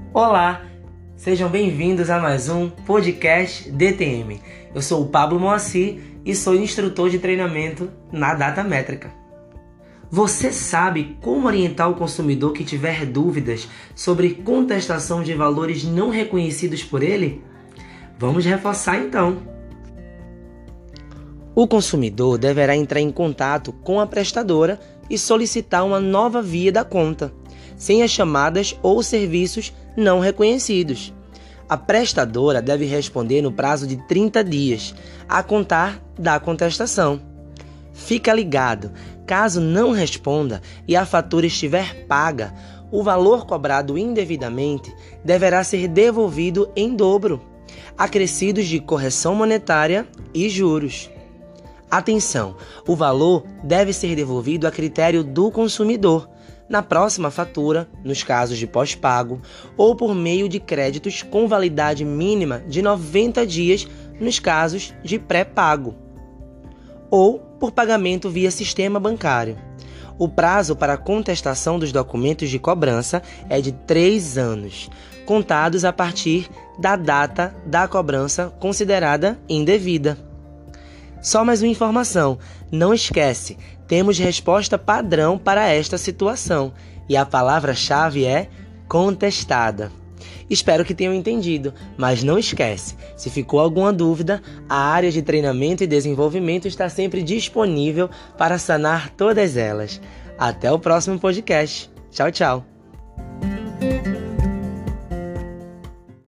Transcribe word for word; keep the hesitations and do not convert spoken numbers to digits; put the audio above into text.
Olá, sejam bem-vindos a mais um podcast D T M. Eu sou o Pablo Moacir e sou instrutor de treinamento na Data Métrica. Você sabe como orientar o consumidor que tiver dúvidas sobre contestação de valores não reconhecidos por ele? Vamos reforçar então. O consumidor deverá entrar em contato com a prestadora e solicitar uma nova via da conta, sem as chamadas ou serviços não reconhecidos. A prestadora deve responder no prazo de trinta dias, a contar da contestação. Fica ligado, caso não responda e a fatura estiver paga, o valor cobrado indevidamente deverá ser devolvido em dobro, acrescidos de correção monetária e juros. Atenção, o valor deve ser devolvido a critério do consumidor, na próxima fatura, nos casos de pós-pago, ou por meio de créditos com validade mínima de noventa dias nos casos de pré-pago, ou por pagamento via sistema bancário. O prazo para a contestação dos documentos de cobrança é de três anos, contados a partir da data da cobrança considerada indevida. Só mais uma informação, não esquece, temos resposta padrão para esta situação e a palavra-chave é contestada. Espero que tenham entendido, mas não esquece, se ficou alguma dúvida, a área de treinamento e desenvolvimento está sempre disponível para sanar todas elas. Até o próximo podcast. Tchau, tchau!